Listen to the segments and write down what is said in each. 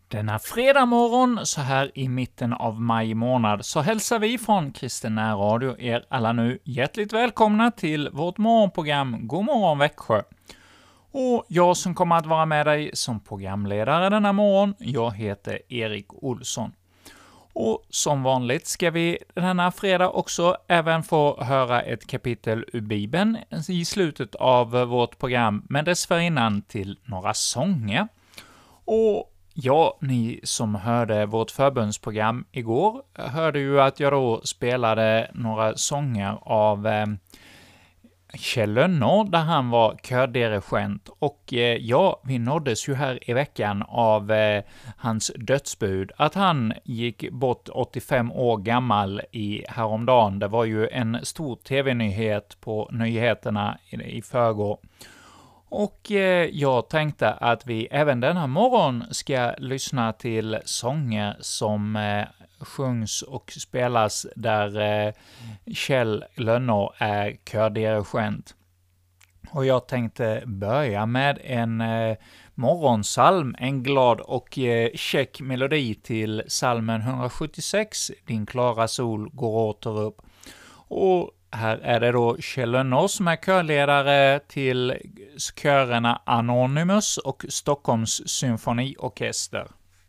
Denna fredag morgon, så här i mitten av maj månad, så hälsar vi från Kristen Radio er alla nu hjärtligt välkomna till vårt morgonprogram God morgon Växjö. Och jag som kommer att vara med dig som programledare denna morgon, jag heter Erik Olsson. Och som vanligt ska vi denna fredag också även få höra ett kapitel ur Bibeln i slutet av vårt program, men dessförinnan till några sånger. Och ja, ni som hörde vårt förbönsprogram igår hörde ju att jag då spelade några sånger av Kjell Lönnå, där han var kördirigent, och ja, vi nåddes ju här i veckan av hans dödsbud, att han gick bort 85 år gammal häromdagen. Det var ju en stor tv-nyhet på nyheterna i förrgår. Och jag tänkte att vi även denna morgon ska lyssna till sånger som sjungs och spelas där Kjell Lönnå är kördirigent. Och jag tänkte börja med en morgonsalm, en glad och käck melodi till salmen 176, Din klara sol går åter upp. Och här är det då Kjell Lönnå som är körledare till körerna Anonymous och Stockholms symfoniorkester.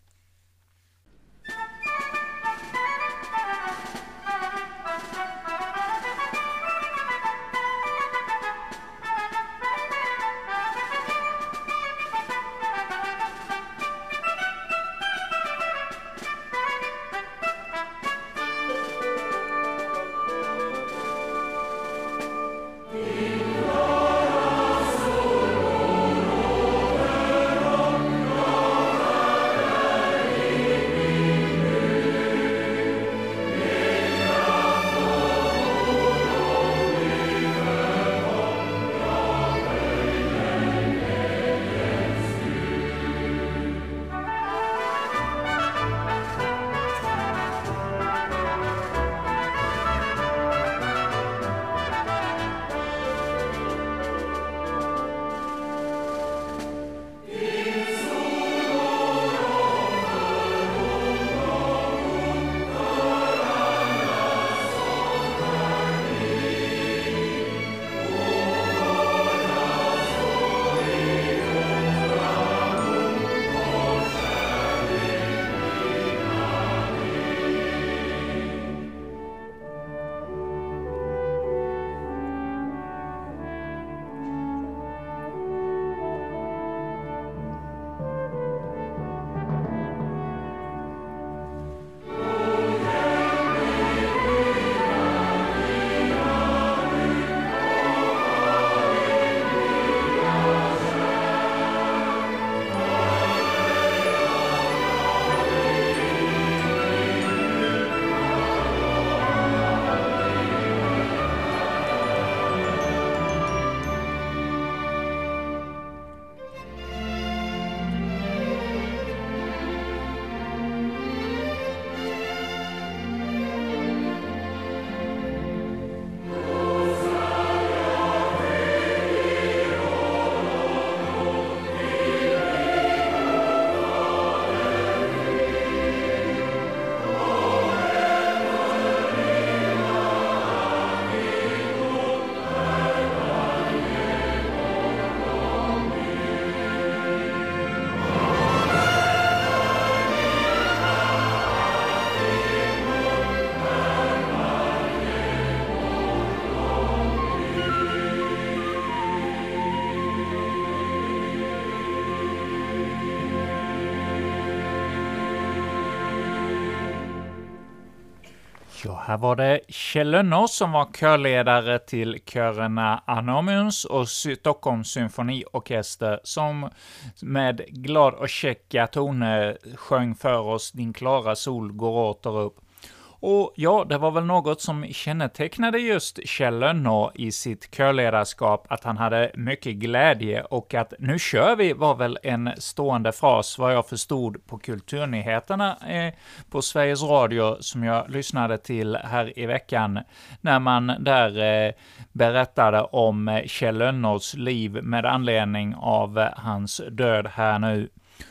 Ja, här var det Kjell Lönnå som var körledare till körerna Anonymous och Stockholms symfoniorkester som med glad och käcka toner sjöng för oss Din klara sol går åter upp. Och ja, det var väl något som kännetecknade just Kjell Lönnå i sitt körledarskap, att han hade mycket glädje, och att nu kör vi var väl en stående fras vad jag förstod på kulturnyheterna på Sveriges Radio som jag lyssnade till här i veckan, när man där berättade om Kjell Lönnås liv med anledning av hans död här nu.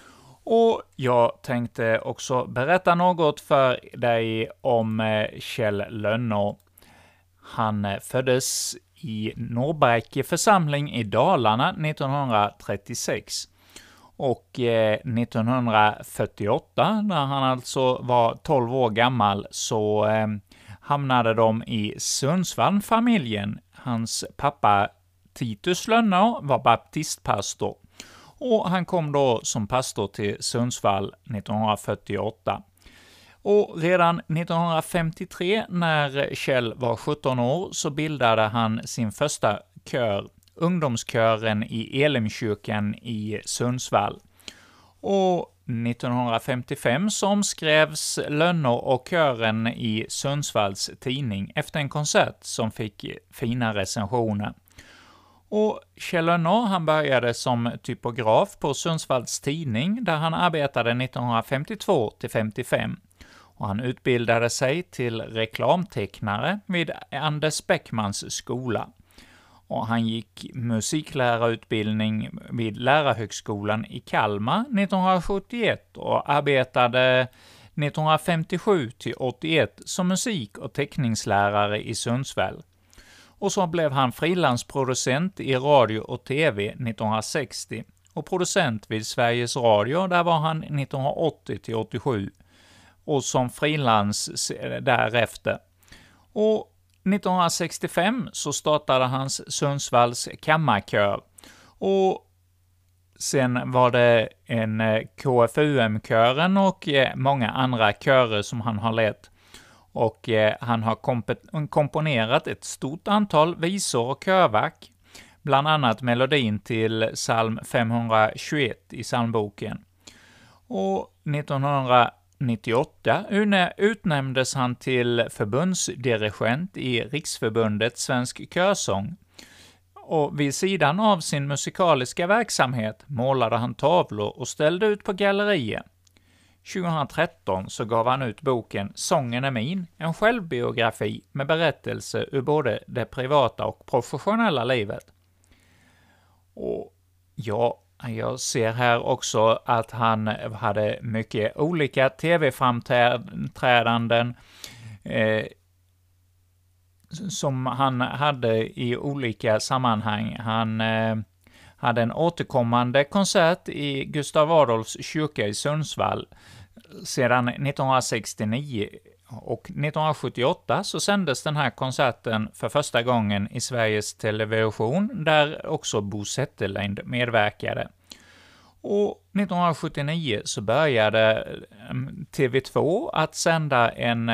Och jag tänkte också berätta något för dig om Kjell Lönnå. Han föddes i Norrbräcke församling i Dalarna 1936. Och 1948, när han alltså var 12 år gammal, så hamnade de i Sundsvall-familjen. Hans pappa Titus Lönnå var baptistpastor. Och han kom då som pastor till Sundsvall 1948. Och redan 1953, när Kjell var 17 år, så bildade han sin första kör, ungdomskören i Elimkyrkan i Sundsvall. Och 1955 så omskrevs Lönnå och kören i Sundsvalls tidning efter en konsert som fick fina recensioner. Och Kjell Lönnå, han började som typograf på Sundsvalls tidning, där han arbetade 1952 till 55. Och han utbildade sig till reklamtecknare vid Anders Bäckmans skola. Och han gick musiklärarutbildning vid Lärarhögskolan i Kalmar 1971 och arbetade 1957 till 81 som musik- och teckningslärare i Sundsvall. Och så blev han frilansproducent i radio och tv 1960 och producent vid Sveriges Radio, där var han 1980 till 87 och som frilans därefter. Och 1965 så startade hans Sundsvalls kammarkör, och sen var det en KFUM-kören och många andra körer som han har lett. Och han har komponerat ett stort antal visor och körverk, bland annat melodin till psalm 521 i psalmboken. Och 1998 utnämndes han till förbundsdirigent i Riksförbundet Svensk körsång. Och vid sidan av sin musikaliska verksamhet målade han tavlor och ställde ut på gallerier. 2013 så gav han ut boken Sången är min, en självbiografi med berättelse ur både det privata och professionella livet. Och ja, jag ser här också att han hade mycket olika tv-framträdanden som han hade i olika sammanhang. Han hade en återkommande konsert i Gustav Adolfs kyrka i Sundsvall sedan 1969, och 1978 så sändes den här konserten för första gången i Sveriges Television, där också Bo Zetterlind medverkade. Och 1979 så började TV2 att sända en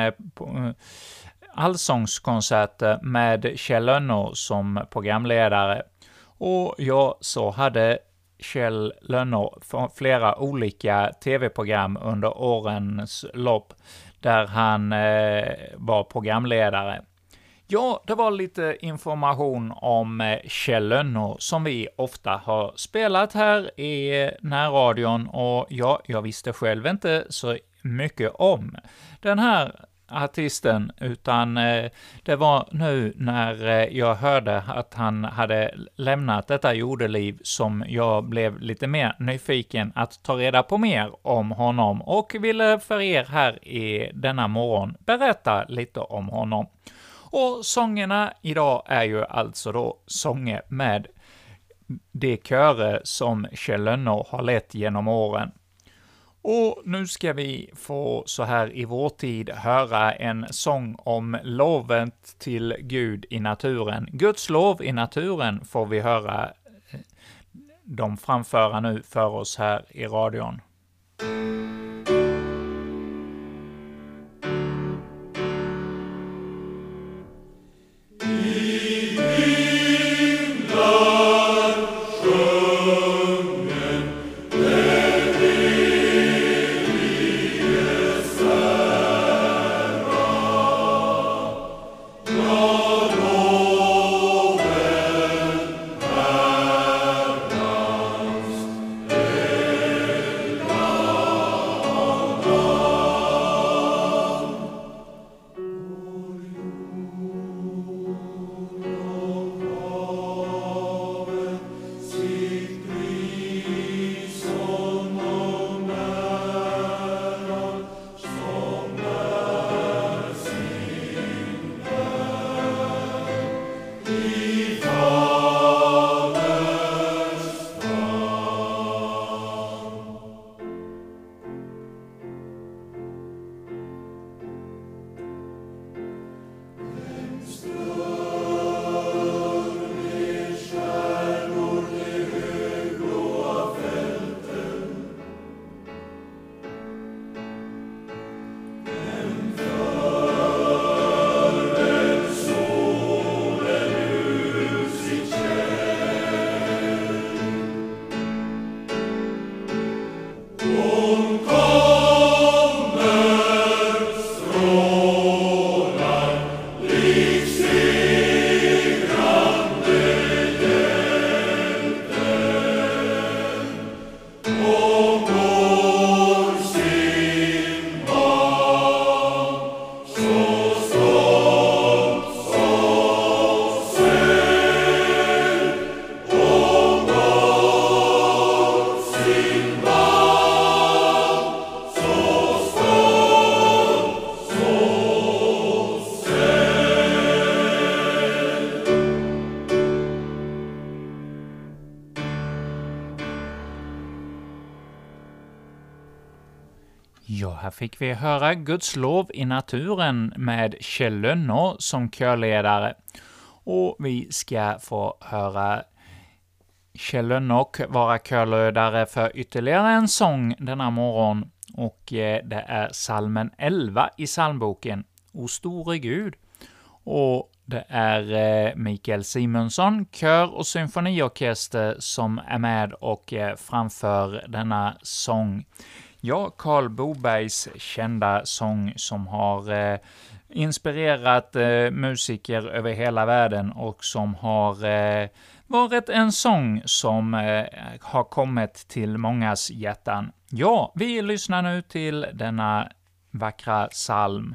allsångskonserter med Kjell Lönnå som programledare. Och ja, så hade Kjell Lönnå flera olika tv-program under årens lopp där han var programledare. Ja, det var lite information om Kjell Lönnå som vi ofta har spelat här i närradion, och ja, jag visste själv inte så mycket om den här artisten, utan det var nu när jag hörde att han hade lämnat detta jordeliv som jag blev lite mer nyfiken att ta reda på mer om honom och ville för er här i denna morgon berätta lite om honom. Och sångerna idag är ju alltså då sånger med de körer som Kjell Lönnå har lett genom åren. Och nu ska vi få så här i vår tid höra en sång om lovet till Gud i naturen. Guds lov i naturen får vi höra dem framföra nu för oss här i radion. Ja, här fick vi höra Guds lov i naturen med Kjell Lönnå som körledare. Och vi ska få höra Kjell Lönnå vara körledare för ytterligare en sång denna morgon. Och det är psalmen 11 i psalmboken, O store Gud. Och det är Mikael Simonsson, kör- och symfoniorkester som är med och framför denna sång. Ja, Karl Bobergs kända sång som har inspirerat musiker över hela världen och som har varit en sång som har kommit till mångas hjärtan. Ja, vi lyssnar nu till denna vackra psalm.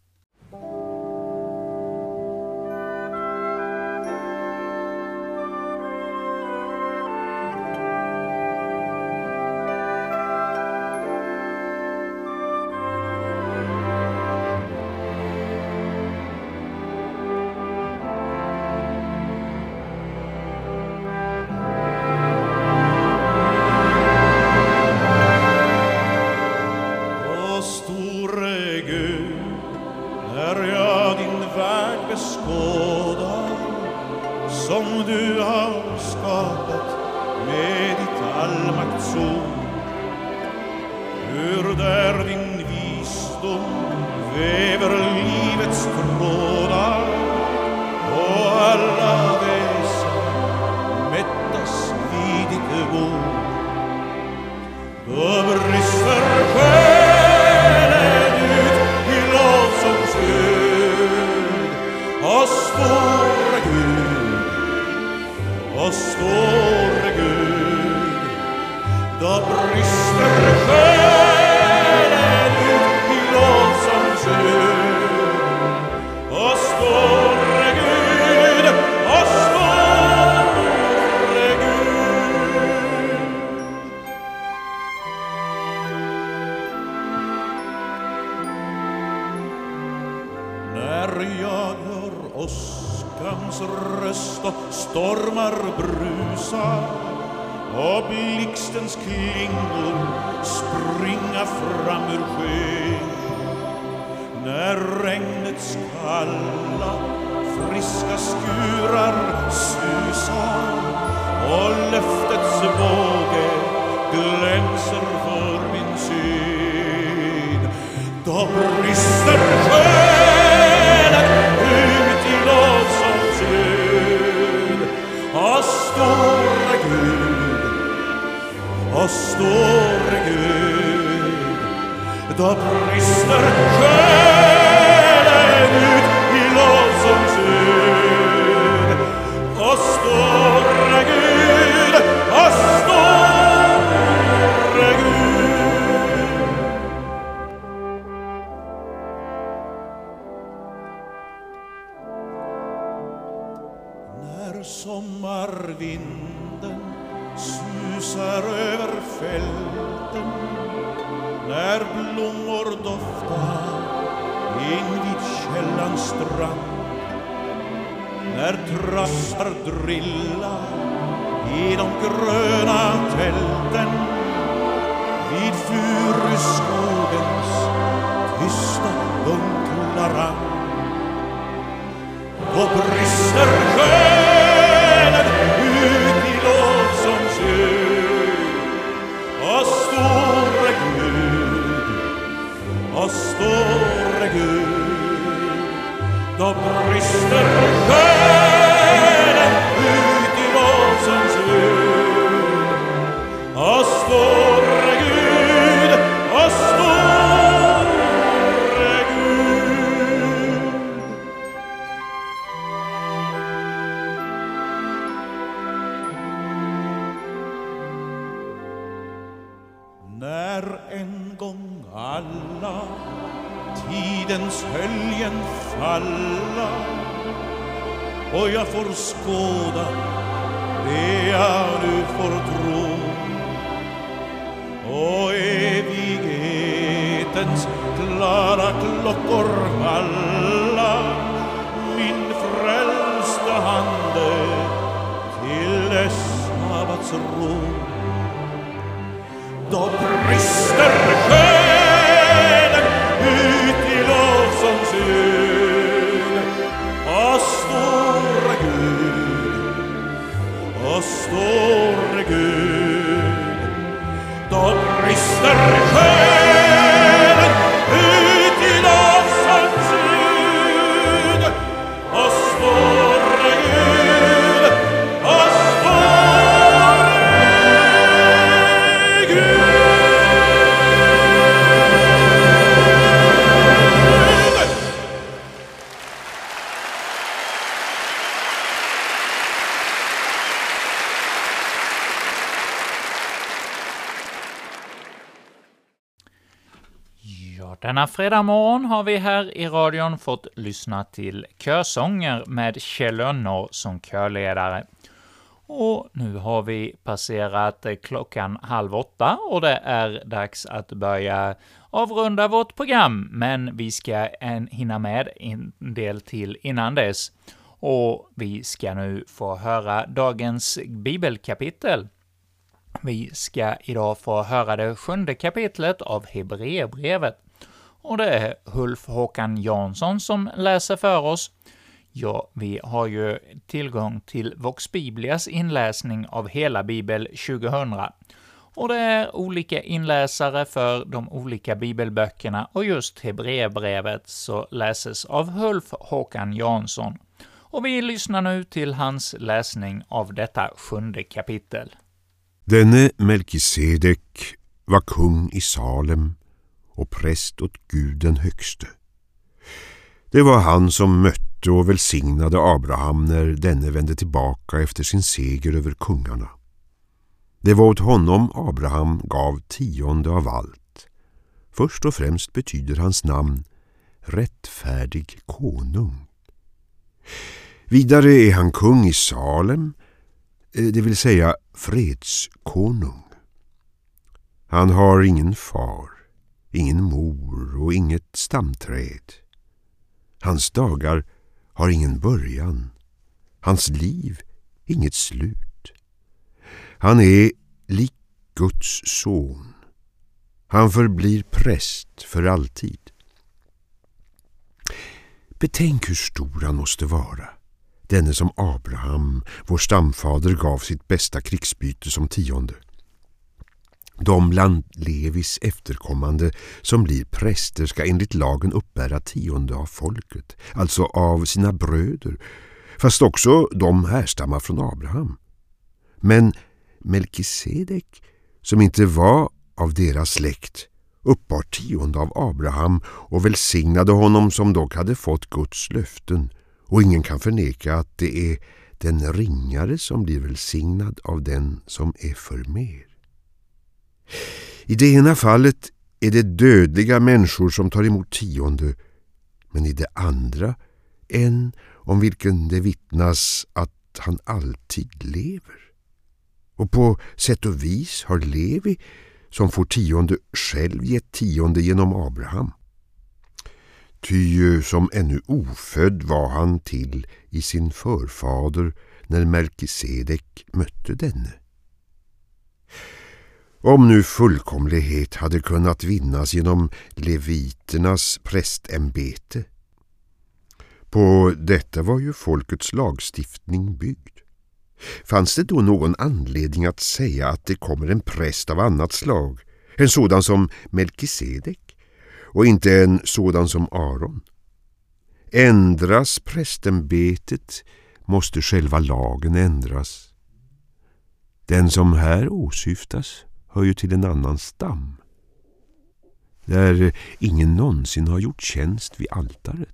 Stormar brusa och blixtens klingor springa fram ur sjön. När regnets kalla friska skurar susar och löftets båge glänser för min syn, då brister själen ut i lovsångsljud. O store Gud, då brister själen ut i lovsångsljud. O store Gud, o store Gud. När sommarvinden susar över fälten, när blommor doftar invid källans strand, när trassar drillar i de gröna tälten vid furuskogens tysta dunkla rand, då brister själen ut i lovsångsljud. O store Gud, då brister själen ut i lovsångsljud. O store Gud, När en gång alla tidens höljen falla och jag får skåda det jag nu får tro, och evighetens klara klockor alla min frälsta hande till dess sabbatsro. Då brister själen ut i lovsångsljud. Och store Gud, då brister själen ut i lovsångsljud. Och store Gud, och store Gud. Denna fredag morgon har vi här i radion fått lyssna till körsånger med Kjell Önnor som körledare. Och nu har vi passerat klockan 7:30 och det är dags att börja avrunda vårt program, men vi ska hinna med en del till innan dess. Och vi ska nu få höra dagens bibelkapitel. Vi ska idag få höra det 7:e kapitlet av Hebreerbrevet. Och det är Ulf Håkan Jansson som läser för oss. Ja, vi har ju tillgång till Vox Biblias inläsning av hela Bibel 2000. Och det är olika inläsare för de olika bibelböckerna, och just Hebreerbrevet så läses av Ulf Håkan Jansson. Och vi lyssnar nu till hans läsning av detta 7:e kapitel. Denne Melkisedek var kung i Salem och präst åt Gud den högste. Det var han som mötte och välsignade Abraham när denne vände tillbaka efter sin seger över kungarna. Det var åt honom Abraham gav 10:e av allt. Först och främst betyder hans namn rättfärdig konung. Vidare är han kung i Salem, det vill säga fredskonung. Han har ingen far, ingen mor och inget stamträd. Hans dagar har ingen början, hans liv inget slut. Han är lik Guds son. Han förblir präst för alltid. Betänk hur stor han måste vara, denne som Abraham, vår stamfader, gav sitt bästa krigsbyte som 10:e. De bland Levis efterkommande som blir präster ska enligt lagen uppbära 10:e av folket, alltså av sina bröder, fast också de härstammar från Abraham. Men Melkisedek, som inte var av deras släkt, uppbar 10:e av Abraham och välsignade honom som dock hade fått Guds löften, och ingen kan förneka att det är den ringare som blir välsignad av den som är förmer. I det ena fallet är det dödliga människor som tar emot 10:e, men i det andra en om vilken det vittnas att han alltid lever. Och på sätt och vis har Levi, som får 10:e, själv gett 10:e genom Abraham. Ty som ännu ofödd var han till i sin förfader när Melkisedek mötte denne. Om nu fullkomlighet hade kunnat vinnas genom leviternas prästämbete, på detta var ju folkets lagstiftning byggd. Fanns det då någon anledning att säga att det kommer en präst av annat slag, en sådan som Melkisedek, och inte en sådan som Aron? Ändras prästämbetet måste själva lagen ändras. Den som här åsyftas hör ju till en annan stam, där ingen någonsin har gjort tjänst vid altaret.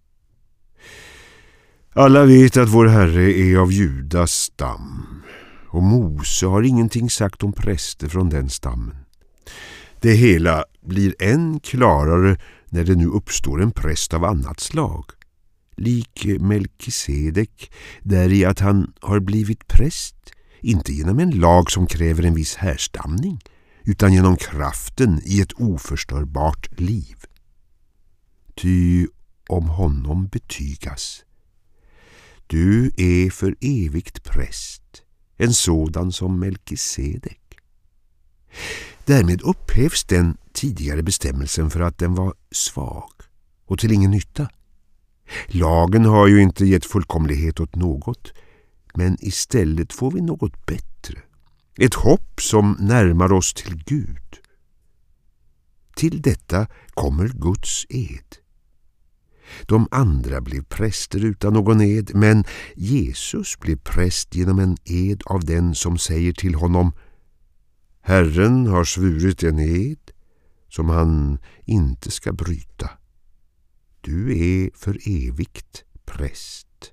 Alla vet att vår Herre är av Judas stam, och Mose har ingenting sagt om präster från den stammen. Det hela blir än klarare när det nu uppstår en präst av annat slag, lik Melkisedek, där i att han har blivit präst, inte genom en lag som kräver en viss härstamning, utan genom kraften i ett oförstörbart liv. Ty om honom betygas: du är för evigt präst, en sådan som Melkisedek. Därmed upphävs den tidigare bestämmelsen för att den var svag och till ingen nytta. Lagen har ju inte gett fullkomlighet åt något, men istället får vi något bättre. Ett hopp som närmar oss till Gud. Till detta kommer Guds ed. De andra blev präster utan någon ed, men Jesus blev präst genom en ed av den som säger till honom: Herren har svurit en ed som han inte ska bryta. Du är för evigt präst.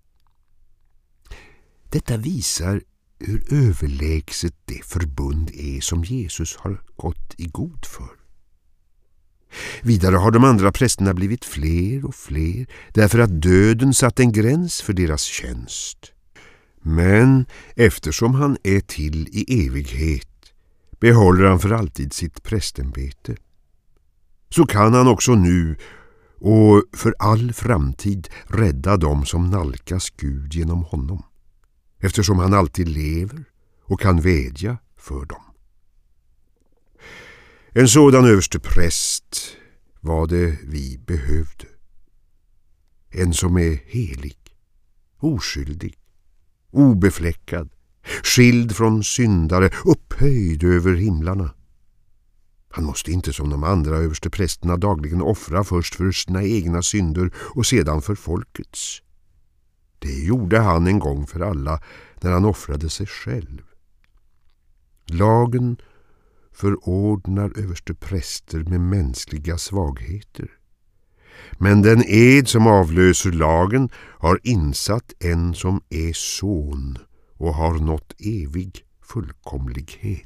Detta visar hur överlägset det förbund är som Jesus har gått i god för. Vidare har de andra prästerna blivit fler och fler, därför att döden satt en gräns för deras tjänst. Men eftersom han är till i evighet behåller han för alltid sitt prästämbete. Så kan han också nu och för all framtid rädda dem som nalkas Gud genom honom, eftersom han alltid lever och kan vädja för dem. En sådan överste präst var det vi behövde. En som är helig, oskyldig, obefläckad, skild från syndare, upphöjd över himlarna. Han måste inte som de andra överste prästerna dagligen offra först för sina egna synder och sedan för folkets. Det gjorde han en gång för alla när han offrade sig själv. Lagen förordnar överste präster med mänskliga svagheter. Men den ed som avlöser lagen har insatt en som är son och har nått evig fullkomlighet.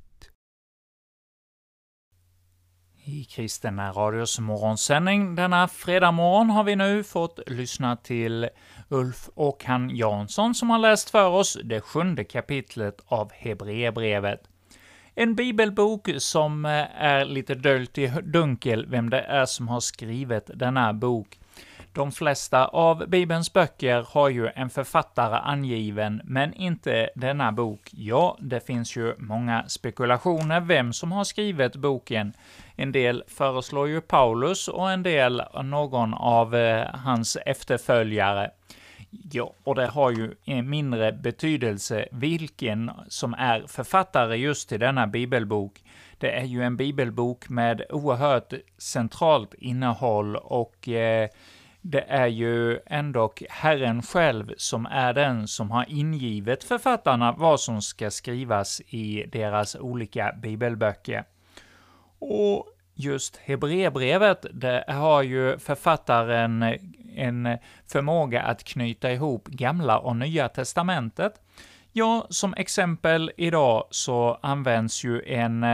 I Kristen Radios morgonsändning denna fredag morgon har vi nu fått lyssna till Ulf Åkan Jansson som har läst för oss det 7:e kapitlet av Hebreerbrevet. En bibelbok som är lite döljt i dunkel vem det är som har skrivit denna bok. De flesta av Bibelns böcker har ju en författare angiven, men inte denna bok. Ja, det finns ju många spekulationer vem som har skrivit boken. En del föreslår ju Paulus och en del någon av hans efterföljare. Ja, och det har ju en mindre betydelse vilken som är författare just till denna bibelbok. Det är ju en bibelbok med oerhört centralt innehåll och det är ju ändå Herren själv som är den som har ingivit författarna vad som ska skrivas i deras olika bibelböcker. Och just Hebreerbrevet, det har ju författaren en förmåga att knyta ihop gamla och nya testamentet. Ja, som exempel idag så används ju en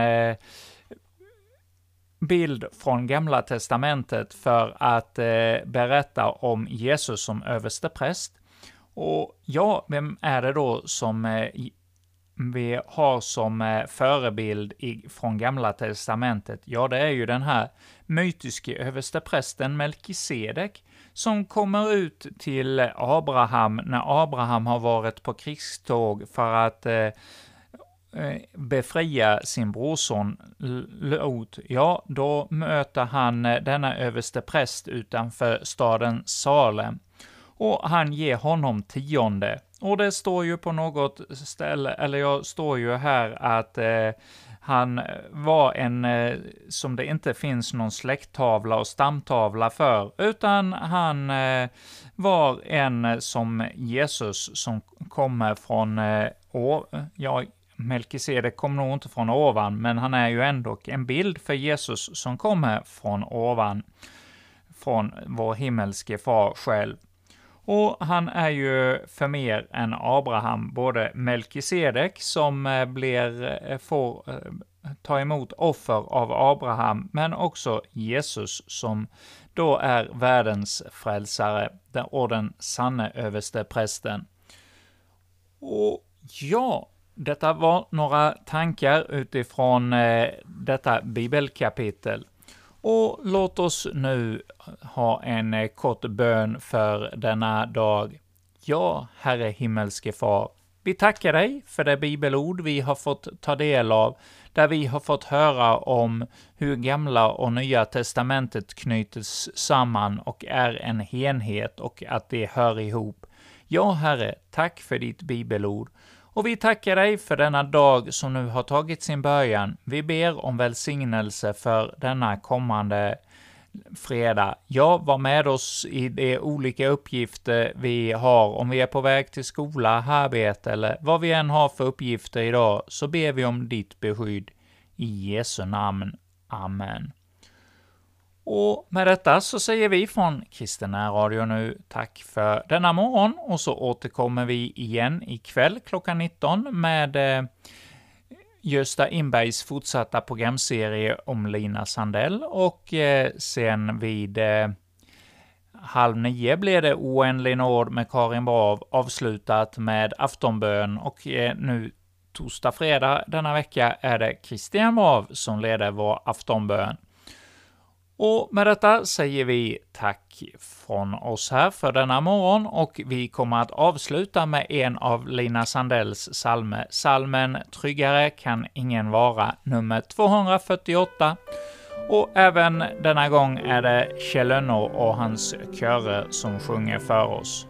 bild från gamla testamentet för att berätta om Jesus som överstepräst. Och ja, vem är det då som vi har som förebild från gamla testamentet? Ja, det är ju den här mytiske översteprästen Melkisedek som kommer ut till Abraham när Abraham har varit på krigståg för att befria sin brorson Lot. Ja, då möter han denna överstepräst utanför staden Salem. Och han ger honom 10. Och det står ju på något ställe, eller jag står ju här att han var en som det inte finns någon släkttavla och stamtavla för, utan han var en som Jesus som kommer från Melkisedek kom nog inte från ovan, men han är ju ändå en bild för Jesus som kommer från ovan, från vår himmelske far själv. Och han är ju för mer än Abraham, både Melkisedek som får ta emot offer av Abraham, men också Jesus som då är världens frälsare och den sanne översteprästen. Och ja, detta var några tankar utifrån detta bibelkapitel. Och låt oss nu ha en kort bön för denna dag. Ja, Herre himmelske Far, vi tackar dig för det bibelord vi har fått ta del av, där vi har fått höra om hur gamla och nya testamentet knyts samman och är en enhet och att det hör ihop. Ja, Herre, tack för ditt bibelord. Och vi tackar dig för denna dag som nu har tagit sin början. Vi ber om välsignelse för denna kommande fredag. Ja, var med oss i de olika uppgifter vi har. Om vi är på väg till skola, arbete eller vad vi än har för uppgifter idag, så ber vi om ditt beskydd. I Jesu namn. Amen. Och med detta så säger vi från Kristen Radio nu tack för denna morgon, och så återkommer vi igen ikväll klockan 19 med Gösta Inbergs fortsatta programserie om Lina Sandell, och sen vid 8:30 blir det Oändlig nåd med Karin Brav, avslutat med aftonbön, och nu torsdag, fredag denna vecka är det Christian Brav som leder vår aftonbön. Och med detta säger vi tack från oss här för denna morgon, och vi kommer att avsluta med en av Lina Sandells psalmer, psalmen Tryggare kan ingen vara, nummer 248. Och även denna gång är det Kjell Lönnå och hans körer som sjunger för oss.